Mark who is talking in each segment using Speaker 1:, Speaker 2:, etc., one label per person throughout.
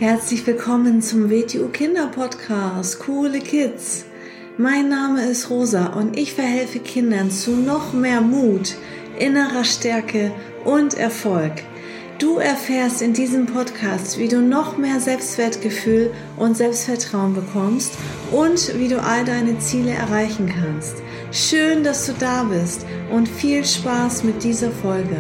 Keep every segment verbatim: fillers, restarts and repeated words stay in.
Speaker 1: Herzlich willkommen zum W T U Kinder Podcast, Coole Kids. Mein Name ist Rosa und ich verhelfe Kindern zu noch mehr Mut, innerer Stärke und Erfolg. Du erfährst in diesem Podcast, wie du noch mehr Selbstwertgefühl und Selbstvertrauen bekommst und wie du all deine Ziele erreichen kannst. Schön, dass du da bist und viel Spaß mit dieser Folge.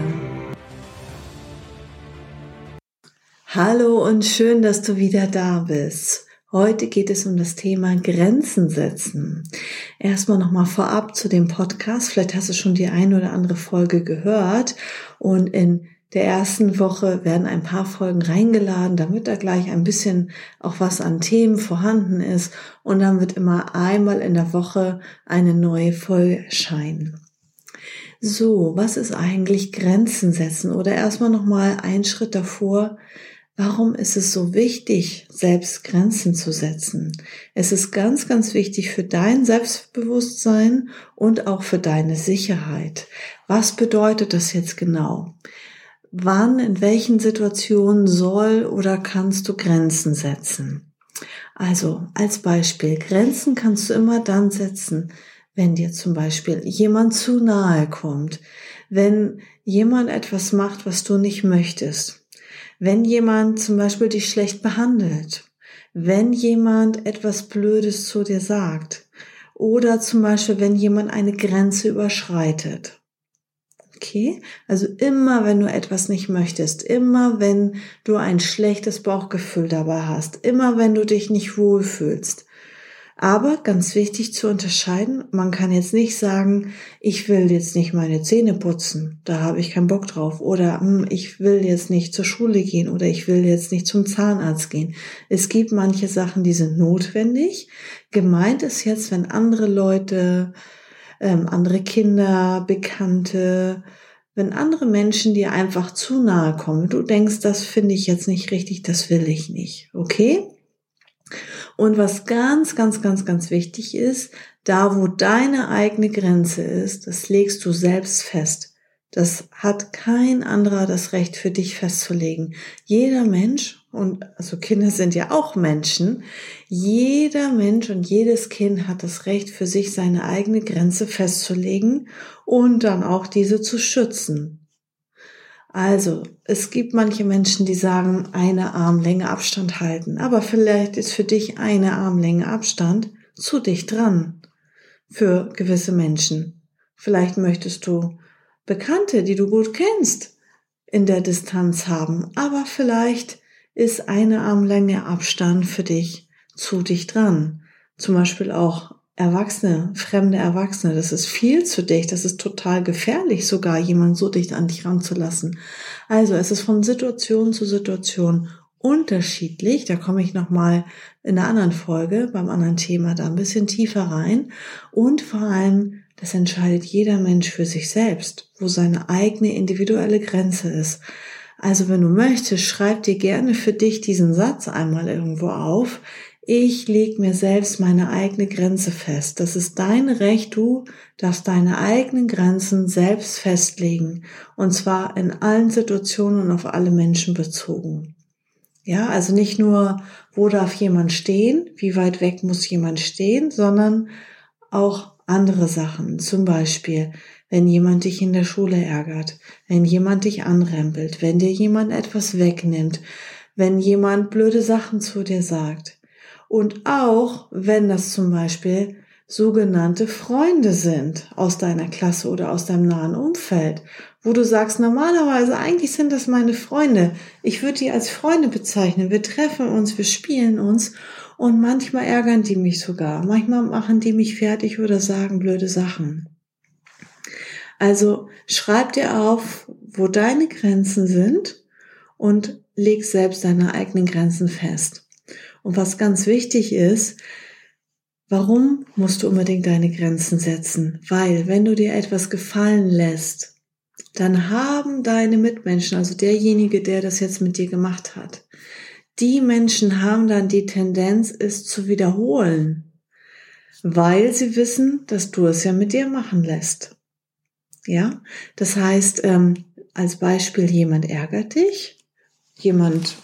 Speaker 1: Hallo und schön, dass du wieder da bist. Heute geht es um das Thema Grenzen setzen. Erstmal nochmal vorab zu dem Podcast. Vielleicht hast du schon die eine oder andere Folge gehört und in der ersten Woche werden ein paar Folgen reingeladen, damit da gleich ein bisschen auch was an Themen vorhanden ist und dann wird immer einmal in der Woche eine neue Folge erscheinen. So, was ist eigentlich Grenzen setzen? Oder erstmal nochmal einen Schritt davor. Warum ist es so wichtig, selbst Grenzen zu setzen? Es ist ganz, ganz wichtig für dein Selbstbewusstsein und auch für deine Sicherheit. Was bedeutet das jetzt genau? Wann, in welchen Situationen soll oder kannst du Grenzen setzen? Also als Beispiel, Grenzen kannst du immer dann setzen, wenn dir zum Beispiel jemand zu nahe kommt, wenn jemand etwas macht, was du nicht möchtest. Wenn jemand zum Beispiel dich schlecht behandelt, wenn jemand etwas Blödes zu dir sagt oder zum Beispiel, wenn jemand eine Grenze überschreitet. Okay? Also immer, wenn du etwas nicht möchtest, immer, wenn du ein schlechtes Bauchgefühl dabei hast, immer, wenn du dich nicht wohlfühlst. Aber ganz wichtig zu unterscheiden, man kann jetzt nicht sagen, ich will jetzt nicht meine Zähne putzen, da habe ich keinen Bock drauf. Oder hm, ich will jetzt nicht zur Schule gehen oder ich will jetzt nicht zum Zahnarzt gehen. Es gibt manche Sachen, die sind notwendig. Gemeint ist jetzt, wenn andere Leute, ähm, andere Kinder, Bekannte, wenn andere Menschen dir einfach zu nahe kommen, du denkst, das finde ich jetzt nicht richtig, das will ich nicht, okay? Und was ganz, ganz, ganz, ganz wichtig ist, da wo deine eigene Grenze ist, das legst du selbst fest. Das hat kein anderer das Recht für dich festzulegen. Jeder Mensch, und also Kinder sind ja auch Menschen, jeder Mensch und jedes Kind hat das Recht für sich seine eigene Grenze festzulegen und dann auch diese zu schützen. Also, es gibt manche Menschen, die sagen, eine Armlänge Abstand halten, aber vielleicht ist für dich eine Armlänge Abstand zu dicht dran für gewisse Menschen. Vielleicht möchtest du Bekannte, die du gut kennst, in der Distanz haben, aber vielleicht ist eine Armlänge Abstand für dich zu dicht dran. Zum Beispiel auch Erwachsene, fremde Erwachsene, das ist viel zu dicht, das ist total gefährlich, sogar jemanden so dicht an dich ranzulassen. Also es ist von Situation zu Situation unterschiedlich, da komme ich nochmal in einer anderen Folge, beim anderen Thema da ein bisschen tiefer rein und vor allem, das entscheidet jeder Mensch für sich selbst, wo seine eigene individuelle Grenze ist. Also wenn du möchtest, schreib dir gerne für dich diesen Satz einmal irgendwo auf. Ich lege mir selbst meine eigene Grenze fest. Das ist dein Recht, du darfst deine eigenen Grenzen selbst festlegen. Und zwar in allen Situationen und auf alle Menschen bezogen. Ja, also nicht nur, wo darf jemand stehen, wie weit weg muss jemand stehen, sondern auch andere Sachen. Zum Beispiel, wenn jemand dich in der Schule ärgert, wenn jemand dich anrempelt, wenn dir jemand etwas wegnimmt, wenn jemand blöde Sachen zu dir sagt. Und auch, wenn das zum Beispiel sogenannte Freunde sind aus deiner Klasse oder aus deinem nahen Umfeld, wo du sagst, normalerweise, eigentlich sind das meine Freunde. Ich würde die als Freunde bezeichnen. Wir treffen uns, wir spielen uns und manchmal ärgern die mich sogar. Manchmal machen die mich fertig oder sagen blöde Sachen. Also schreib dir auf, wo deine Grenzen sind und leg selbst deine eigenen Grenzen fest. Und was ganz wichtig ist, warum musst du unbedingt deine Grenzen setzen? Weil, wenn du dir etwas gefallen lässt, dann haben deine Mitmenschen, also derjenige, der das jetzt mit dir gemacht hat, die Menschen haben dann die Tendenz, es zu wiederholen, weil sie wissen, dass du es ja mit dir machen lässt. Ja, das heißt, ähm, als Beispiel, jemand ärgert dich, jemand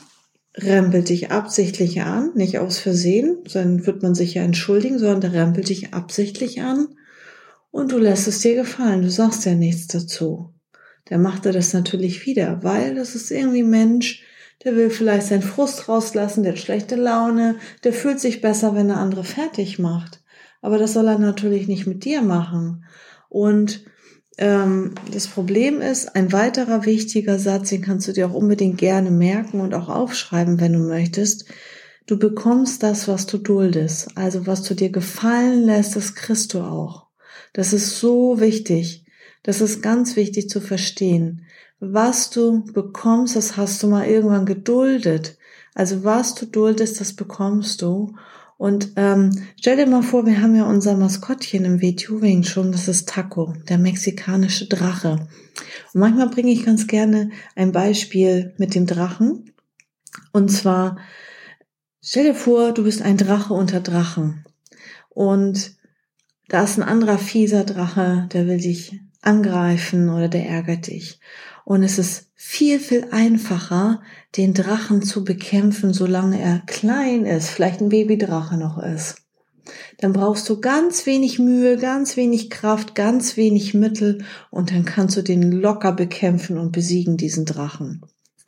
Speaker 1: rempelt dich absichtlich an, nicht aus Versehen, dann wird man sich ja entschuldigen, sondern der rempelt dich absichtlich an und du lässt es dir gefallen, du sagst ja nichts dazu. Der macht er das natürlich wieder, weil das ist irgendwie ein Mensch, der will vielleicht seinen Frust rauslassen, der hat schlechte Laune, der fühlt sich besser, wenn er andere fertig macht. Aber das soll er natürlich nicht mit dir machen. Und ähm, das Problem ist, ein weiterer wichtiger Satz, den kannst du dir auch unbedingt gerne merken und auch aufschreiben, wenn du möchtest. Du bekommst das, was du duldest. Also was du dir gefallen lässt, das kriegst du auch. Das ist so wichtig. Das ist ganz wichtig zu verstehen. Was du bekommst, das hast du mal irgendwann geduldet. Also was du duldest, das bekommst du. Und ähm, stell dir mal vor, wir haben ja unser Maskottchen im W T Wing schon, das ist Taco, der mexikanische Drache. Und manchmal bringe ich ganz gerne ein Beispiel mit dem Drachen. Und zwar, stell dir vor, du bist ein Drache unter Drachen. Und da ist ein anderer fieser Drache, der will dich angreifen oder der ärgert dich. Und es ist viel, viel einfacher, den Drachen zu bekämpfen, solange er klein ist, vielleicht ein Babydrache noch ist. Dann brauchst du ganz wenig Mühe, ganz wenig Kraft, ganz wenig Mittel und dann kannst du den locker bekämpfen und besiegen, diesen Drachen.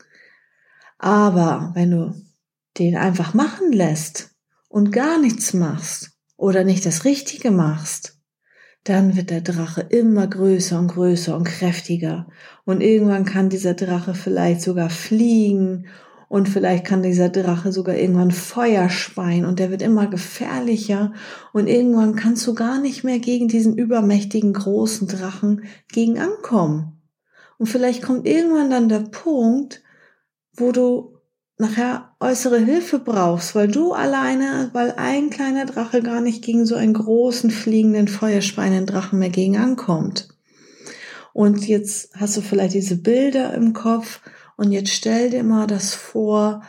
Speaker 1: Aber wenn du den einfach machen lässt und gar nichts machst oder nicht das Richtige machst, dann wird der Drache immer größer und größer und kräftiger. Und irgendwann kann dieser Drache vielleicht sogar fliegen und vielleicht kann dieser Drache sogar irgendwann Feuer speien und der wird immer gefährlicher und irgendwann kannst du gar nicht mehr gegen diesen übermächtigen großen Drachen gegen ankommen. Und vielleicht kommt irgendwann dann der Punkt, wo du nachher äußere Hilfe brauchst, weil du alleine, weil ein kleiner Drache gar nicht gegen so einen großen, fliegenden, feuerspeienden Drachen mehr gegen ankommt. Und jetzt hast du vielleicht diese Bilder im Kopf und jetzt stell dir mal das vor,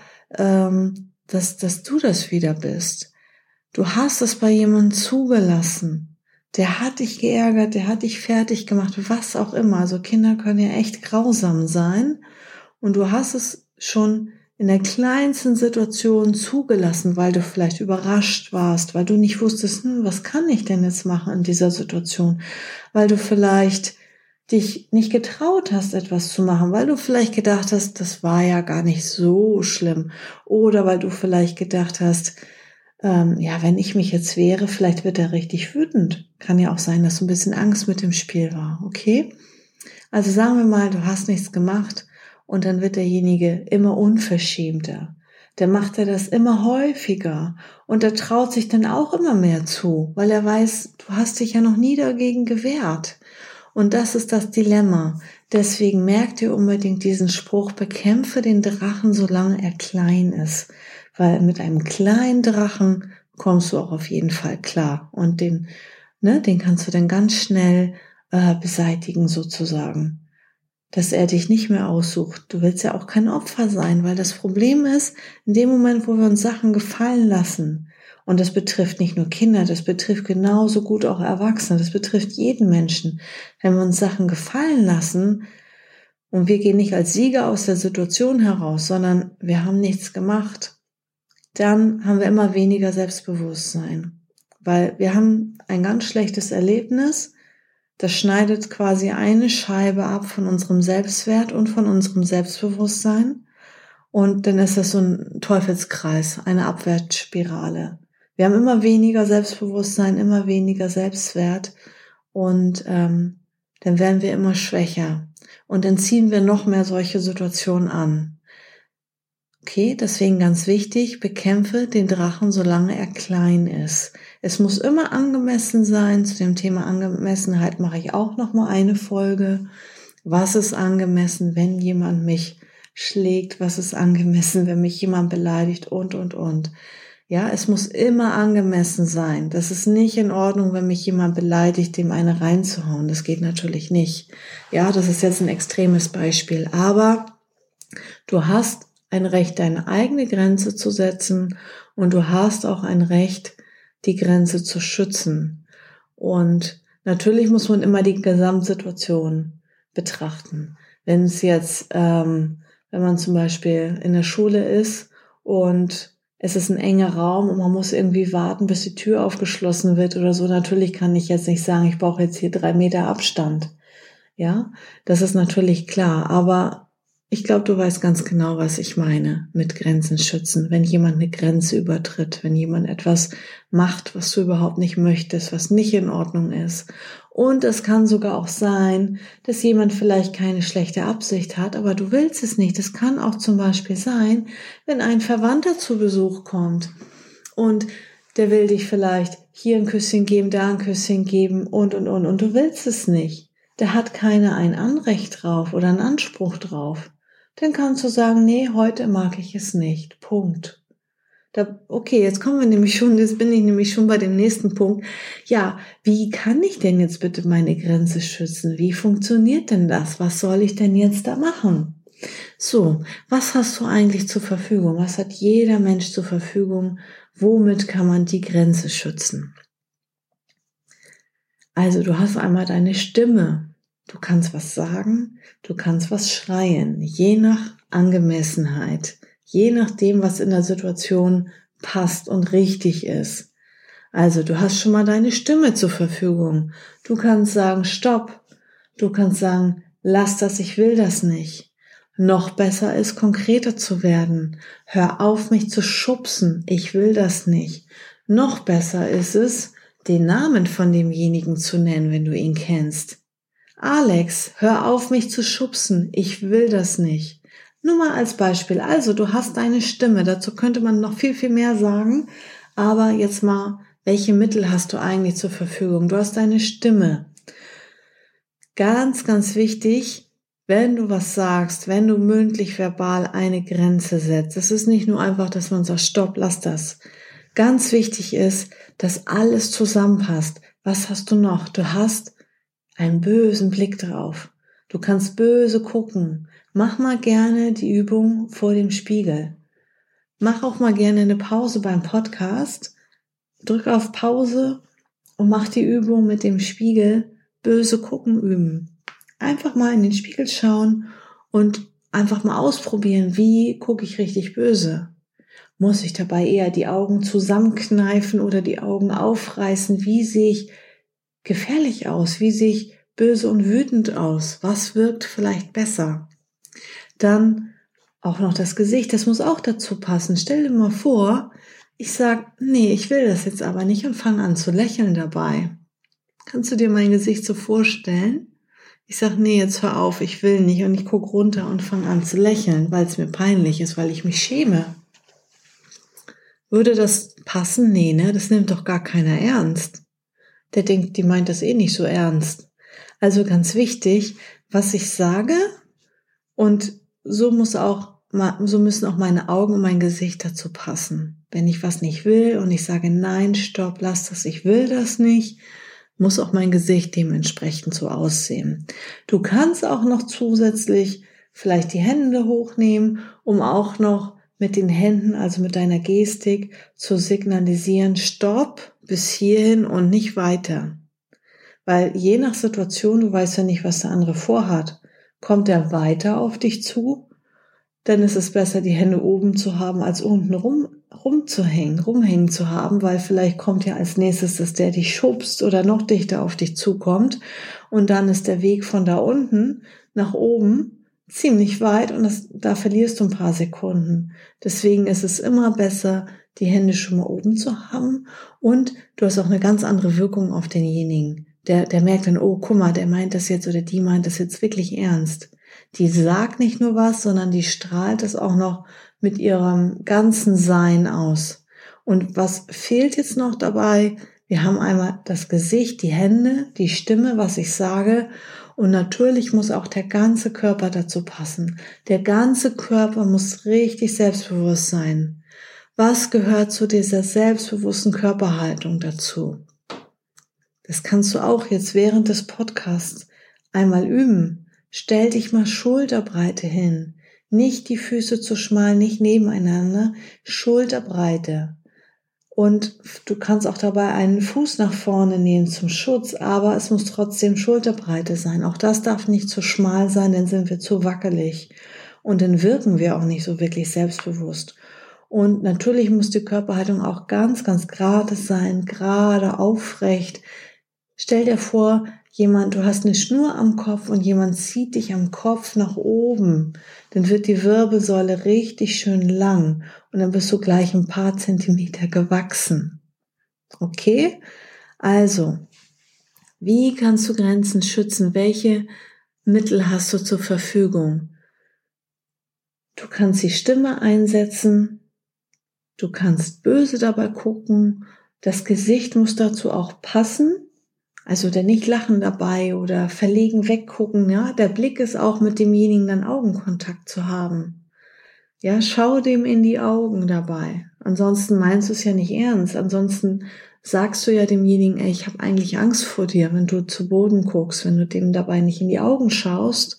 Speaker 1: ähm, dass, dass du das wieder bist. Du hast es bei jemandem zugelassen. Der hat dich geärgert, der hat dich fertig gemacht, was auch immer. Also Kinder können ja echt grausam sein. Und du hast es schon in der kleinsten Situation zugelassen, weil du vielleicht überrascht warst, weil du nicht wusstest, hm, was kann ich denn jetzt machen in dieser Situation, weil du vielleicht dich nicht getraut hast, etwas zu machen, weil du vielleicht gedacht hast, das war ja gar nicht so schlimm, oder weil du vielleicht gedacht hast, ähm, ja, wenn ich mich jetzt wehre, vielleicht wird er richtig wütend. Kann ja auch sein, dass so ein bisschen Angst mit dem Spiel war, okay? Also sagen wir mal, du hast nichts gemacht, und dann wird derjenige immer unverschämter. Der macht er das immer häufiger und er traut sich dann auch immer mehr zu, weil er weiß, du hast dich ja noch nie dagegen gewehrt. Und das ist das Dilemma. Deswegen merkt ihr unbedingt diesen Spruch, bekämpfe den Drachen, solange er klein ist. Weil mit einem kleinen Drachen kommst du auch auf jeden Fall klar. Und den, ne, den kannst du dann ganz schnell äh, beseitigen sozusagen. Dass er dich nicht mehr aussucht. Du willst ja auch kein Opfer sein, weil das Problem ist, in dem Moment, wo wir uns Sachen gefallen lassen, und das betrifft nicht nur Kinder, das betrifft genauso gut auch Erwachsene, das betrifft jeden Menschen. Wenn wir uns Sachen gefallen lassen und wir gehen nicht als Sieger aus der Situation heraus, sondern wir haben nichts gemacht, dann haben wir immer weniger Selbstbewusstsein, weil wir haben ein ganz schlechtes Erlebnis. Das schneidet quasi eine Scheibe ab von unserem Selbstwert und von unserem Selbstbewusstsein. Und dann ist das so ein Teufelskreis, eine Abwärtsspirale. Wir haben immer weniger Selbstbewusstsein, immer weniger Selbstwert und ähm, dann werden wir immer schwächer. Und dann ziehen wir noch mehr solche Situationen an. Okay, deswegen ganz wichtig, bekämpfe den Drachen, solange er klein ist. Es muss immer angemessen sein. Zu dem Thema Angemessenheit mache ich auch noch mal eine Folge. Was ist angemessen, wenn jemand mich schlägt? Was ist angemessen, wenn mich jemand beleidigt? Und, und, und. Ja, es muss immer angemessen sein. Das ist nicht in Ordnung, wenn mich jemand beleidigt, dem eine reinzuhauen. Das geht natürlich nicht. Ja, das ist jetzt ein extremes Beispiel. Aber du hast ein Recht, deine eigene Grenze zu setzen und du hast auch ein Recht, die Grenze zu schützen. Und natürlich muss man immer die Gesamtsituation betrachten. Wenn es jetzt, ähm, wenn man zum Beispiel in der Schule ist und es ist ein enger Raum und man muss irgendwie warten, bis die Tür aufgeschlossen wird oder so. Natürlich kann ich jetzt nicht sagen, ich brauche jetzt hier drei Meter Abstand. Ja, das ist natürlich klar, aber ich glaube, du weißt ganz genau, was ich meine mit Grenzen schützen. Wenn jemand eine Grenze übertritt, wenn jemand etwas macht, was du überhaupt nicht möchtest, was nicht in Ordnung ist. Und es kann sogar auch sein, dass jemand vielleicht keine schlechte Absicht hat, aber du willst es nicht. Es kann auch zum Beispiel sein, wenn ein Verwandter zu Besuch kommt und der will dich vielleicht hier ein Küsschen geben, da ein Küsschen geben und, und, und. Und du willst es nicht. Der hat keiner ein Anrecht drauf oder einen Anspruch drauf. Dann kannst du sagen, nee, heute mag ich es nicht. Punkt. Da, okay, jetzt kommen wir nämlich schon, jetzt bin ich nämlich schon bei dem nächsten Punkt. Ja, wie kann ich denn jetzt bitte meine Grenze schützen? Wie funktioniert denn das? Was soll ich denn jetzt da machen? So, was hast du eigentlich zur Verfügung? Was hat jeder Mensch zur Verfügung? Womit kann man die Grenze schützen? Also, du hast einmal deine Stimme. Du kannst was sagen, du kannst was schreien, je nach Angemessenheit, je nachdem, was in der Situation passt und richtig ist. Also du hast schon mal deine Stimme zur Verfügung. Du kannst sagen, stopp. Du kannst sagen, lass das, ich will das nicht. Noch besser ist, konkreter zu werden. Hör auf, mich zu schubsen, ich will das nicht. Noch besser ist es, den Namen von demjenigen zu nennen, wenn du ihn kennst. Alex, hör auf, mich zu schubsen. Ich will das nicht. Nur mal als Beispiel. Also, du hast deine Stimme. Dazu könnte man noch viel, viel mehr sagen. Aber jetzt mal, welche Mittel hast du eigentlich zur Verfügung? Du hast deine Stimme. Ganz, ganz wichtig, wenn du was sagst, wenn du mündlich, verbal eine Grenze setzt. Es ist nicht nur einfach, dass man sagt, stopp, lass das. Ganz wichtig ist, dass alles zusammenpasst. Was hast du noch? Du hast einen bösen Blick drauf. Du kannst böse gucken. Mach mal gerne die Übung vor dem Spiegel. Mach auch mal gerne eine Pause beim Podcast. Drück auf Pause und mach die Übung mit dem Spiegel böse gucken üben. Einfach mal in den Spiegel schauen und einfach mal ausprobieren, wie gucke ich richtig böse. Muss ich dabei eher die Augen zusammenkneifen oder die Augen aufreißen? Wie sehe ich gefährlich aus? Wie sehe ich böse und wütend aus? Was wirkt vielleicht besser? Dann auch noch das Gesicht, das muss auch dazu passen. Stell dir mal vor, ich sag, nee, ich will das jetzt aber nicht und fange an zu lächeln dabei. Kannst du dir mein Gesicht so vorstellen? Ich sag, nee, jetzt hör auf, ich will nicht und ich guck runter und fange an zu lächeln, weil es mir peinlich ist, weil ich mich schäme. Würde das passen? Nee, ne? Das nimmt doch gar keiner ernst. Der denkt, die meint das eh nicht so ernst. Also ganz wichtig, was ich sage, und so muss auch, so müssen auch meine Augen und mein Gesicht dazu passen. Wenn ich was nicht will und ich sage, nein, stopp, lass das, ich will das nicht, muss auch mein Gesicht dementsprechend so aussehen. Du kannst auch noch zusätzlich vielleicht die Hände hochnehmen, um auch noch mit den Händen, also mit deiner Gestik, zu signalisieren, stopp, bis hierhin und nicht weiter. Weil je nach Situation, du weißt ja nicht, was der andere vorhat, kommt er weiter auf dich zu, dann ist es besser, die Hände oben zu haben, als unten rum, rumzuhängen, rumhängen zu haben, weil vielleicht kommt ja als nächstes, dass der dich schubst oder noch dichter auf dich zukommt und dann ist der Weg von da unten nach oben ziemlich weit und das, da verlierst du ein paar Sekunden. Deswegen ist es immer besser, die Hände schon mal oben zu haben und du hast auch eine ganz andere Wirkung auf denjenigen. Der, der merkt dann, oh, guck mal, der meint das jetzt oder die meint das jetzt wirklich ernst. Die sagt nicht nur was, sondern die strahlt es auch noch mit ihrem ganzen Sein aus. Und was fehlt jetzt noch dabei? Wir haben einmal das Gesicht, die Hände, die Stimme, was ich sage. Und natürlich muss auch der ganze Körper dazu passen. Der ganze Körper muss richtig selbstbewusst sein. Was gehört zu dieser selbstbewussten Körperhaltung dazu? Das kannst du auch jetzt während des Podcasts einmal üben. Stell dich mal Schulterbreite hin. Nicht die Füße zu schmal, nicht nebeneinander, Schulterbreite. Und du kannst auch dabei einen Fuß nach vorne nehmen zum Schutz, aber es muss trotzdem Schulterbreite sein. Auch das darf nicht zu schmal sein, dann sind wir zu wackelig. Und dann wirken wir auch nicht so wirklich selbstbewusst. Und natürlich muss die Körperhaltung auch ganz, ganz gerade sein, gerade, aufrecht. Stell dir vor, jemand, du hast eine Schnur am Kopf und jemand zieht dich am Kopf nach oben. Dann wird die Wirbelsäule richtig schön lang und dann bist du gleich ein paar Zentimeter gewachsen. Okay? Also, wie kannst du Grenzen schützen? Welche Mittel hast du zur Verfügung? Du kannst die Stimme einsetzen. Du kannst böse dabei gucken. Das Gesicht muss dazu auch passen. Also der nicht lachen dabei oder verlegen weggucken. Ja, der Blick ist auch mit demjenigen dann Augenkontakt zu haben. Ja, schau dem in die Augen dabei. Ansonsten meinst du es ja nicht ernst. Ansonsten sagst du ja demjenigen, ey, ich habe eigentlich Angst vor dir, wenn du zu Boden guckst, wenn du dem dabei nicht in die Augen schaust.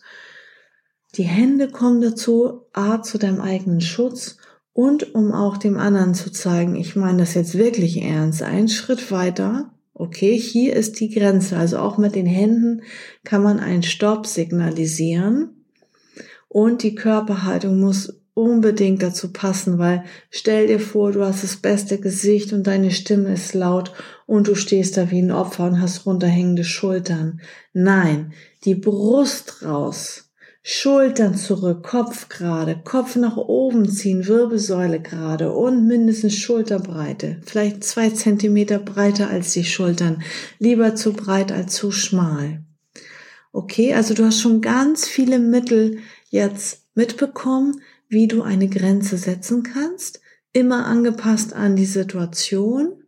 Speaker 1: Die Hände kommen dazu, A, zu deinem eigenen Schutz und um auch dem anderen zu zeigen, ich meine das jetzt wirklich ernst. Einen Schritt weiter, okay, hier ist die Grenze. Also auch mit den Händen kann man einen Stopp signalisieren und die Körperhaltung muss unbedingt dazu passen, weil stell dir vor, du hast das beste Gesicht und deine Stimme ist laut und du stehst da wie ein Opfer und hast runterhängende Schultern. Nein, die Brust raus. Schultern zurück, Kopf gerade, Kopf nach oben ziehen, Wirbelsäule gerade und mindestens Schulterbreite. Vielleicht zwei Zentimeter breiter als die Schultern. Lieber zu breit als zu schmal. Okay, also du hast schon ganz viele Mittel jetzt mitbekommen, wie du eine Grenze setzen kannst. Immer angepasst an die Situation.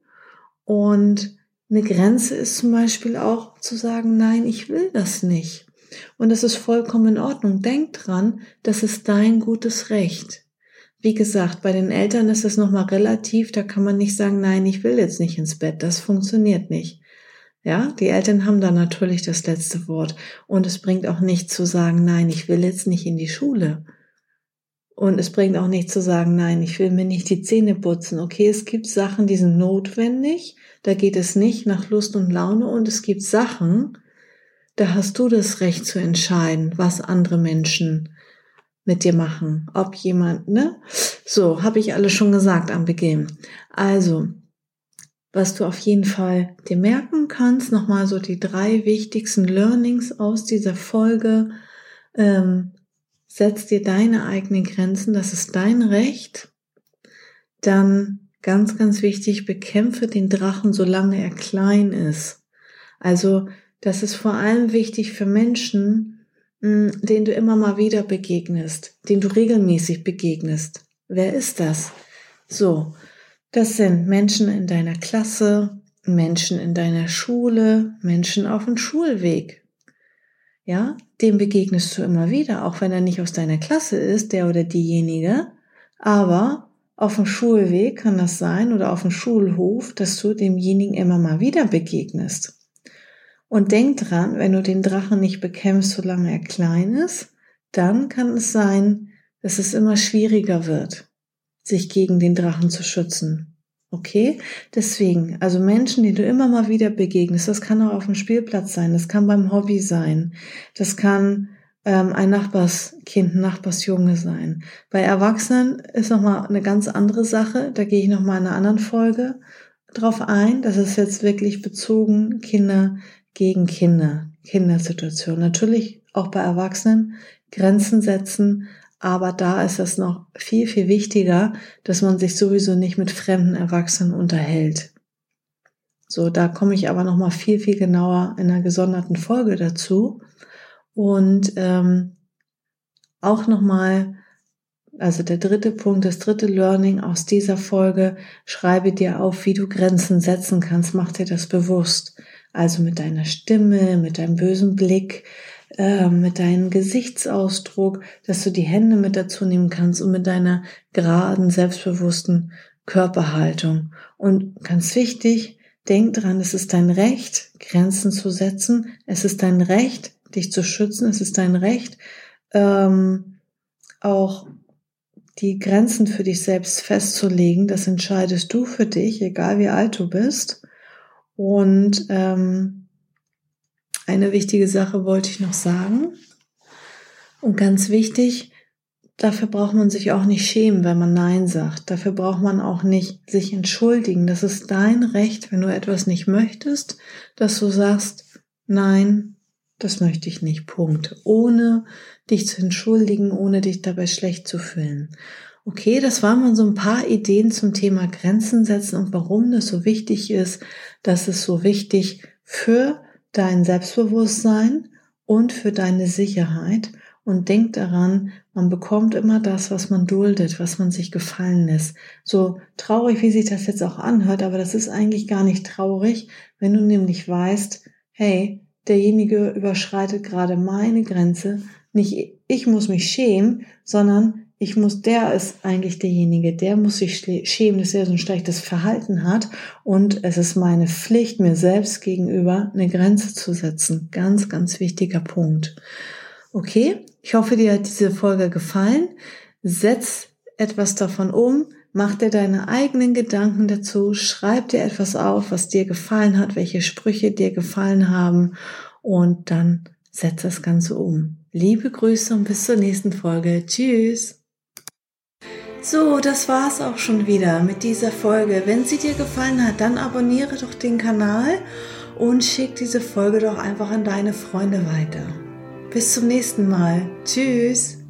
Speaker 1: Und eine Grenze ist zum Beispiel auch zu sagen, nein, ich will das nicht. Und das ist vollkommen in Ordnung. Denk dran, das ist dein gutes Recht. Wie gesagt, bei den Eltern ist es nochmal relativ, da kann man nicht sagen, nein, ich will jetzt nicht ins Bett. Das funktioniert nicht. Ja, die Eltern haben da natürlich das letzte Wort. Und es bringt auch nichts zu sagen, nein, ich will jetzt nicht in die Schule. Und es bringt auch nichts zu sagen, nein, ich will mir nicht die Zähne putzen. Okay, es gibt Sachen, die sind notwendig. Da geht es nicht nach Lust und Laune. Und es gibt Sachen, da hast du das Recht zu entscheiden, was andere Menschen mit dir machen. Ob jemand, ne? So, habe ich alles schon gesagt am Beginn. Also, was du auf jeden Fall dir merken kannst, nochmal so die drei wichtigsten Learnings aus dieser Folge. Ähm, setz dir deine eigenen Grenzen, das ist dein Recht. Dann ganz, ganz wichtig, bekämpfe den Drachen, solange er klein ist. Also, das ist vor allem wichtig für Menschen, denen du immer mal wieder begegnest, denen du regelmäßig begegnest. Wer ist das? So, das sind Menschen in deiner Klasse, Menschen in deiner Schule, Menschen auf dem Schulweg. Ja, dem begegnest du immer wieder, auch wenn er nicht aus deiner Klasse ist, der oder diejenige. Aber auf dem Schulweg kann das sein oder auf dem Schulhof, dass du demjenigen immer mal wieder begegnest. Und denk dran, wenn du den Drachen nicht bekämpfst, solange er klein ist, dann kann es sein, dass es immer schwieriger wird, sich gegen den Drachen zu schützen. Okay? Deswegen, also Menschen, die du immer mal wieder begegnest, das kann auch auf dem Spielplatz sein, das kann beim Hobby sein, das kann ähm, ein Nachbarskind, ein Nachbarsjunge sein. Bei Erwachsenen ist nochmal eine ganz andere Sache, da gehe ich nochmal in einer anderen Folge drauf ein, das ist jetzt wirklich bezogen Kinder gegen Kinder, Kindersituation. Natürlich auch bei Erwachsenen Grenzen setzen, aber da ist es noch viel, viel wichtiger, dass man sich sowieso nicht mit fremden Erwachsenen unterhält. So, da komme ich aber noch mal viel, viel genauer in einer gesonderten Folge dazu. Und ähm, auch noch mal, also der dritte Punkt, das dritte Learning aus dieser Folge, schreibe dir auf, wie du Grenzen setzen kannst, mach dir das bewusst. Also mit deiner Stimme, mit deinem bösen Blick, äh, mit deinem Gesichtsausdruck, dass du die Hände mit dazu nehmen kannst und mit deiner geraden, selbstbewussten Körperhaltung. Und ganz wichtig, denk dran, es ist dein Recht, Grenzen zu setzen. Es ist dein Recht, dich zu schützen. Es ist dein Recht, ähm, auch die Grenzen für dich selbst festzulegen. Das entscheidest du für dich, egal wie alt du bist. Und ähm, eine wichtige Sache wollte ich noch sagen. Und ganz wichtig, dafür braucht man sich auch nicht schämen, wenn man Nein sagt. Dafür braucht man auch nicht sich entschuldigen. Das ist dein Recht, wenn du etwas nicht möchtest, dass du sagst, nein, das möchte ich nicht, Punkt. Ohne dich zu entschuldigen, ohne dich dabei schlecht zu fühlen. Okay, das waren mal so ein paar Ideen zum Thema Grenzen setzen und warum das so wichtig ist. Das ist so wichtig für dein Selbstbewusstsein und für deine Sicherheit. Und denk daran, man bekommt immer das, was man duldet, was man sich gefallen lässt. So traurig, wie sich das jetzt auch anhört, aber das ist eigentlich gar nicht traurig, wenn du nämlich weißt, hey, derjenige überschreitet gerade meine Grenze. Nicht ich muss mich schämen, sondern ich muss, der ist eigentlich derjenige, der muss sich schämen, dass er so ein schlechtes Verhalten hat. Und es ist meine Pflicht, mir selbst gegenüber eine Grenze zu setzen. Ganz, ganz wichtiger Punkt. Okay, ich hoffe, dir hat diese Folge gefallen. Setz etwas davon um, mach dir deine eigenen Gedanken dazu, schreib dir etwas auf, was dir gefallen hat, welche Sprüche dir gefallen haben und dann setz das Ganze um. Liebe Grüße und bis zur nächsten Folge. Tschüss! So, das war's auch schon wieder mit dieser Folge. Wenn sie dir gefallen hat, dann abonniere doch den Kanal und schick diese Folge doch einfach an deine Freunde weiter. Bis zum nächsten Mal. Tschüss!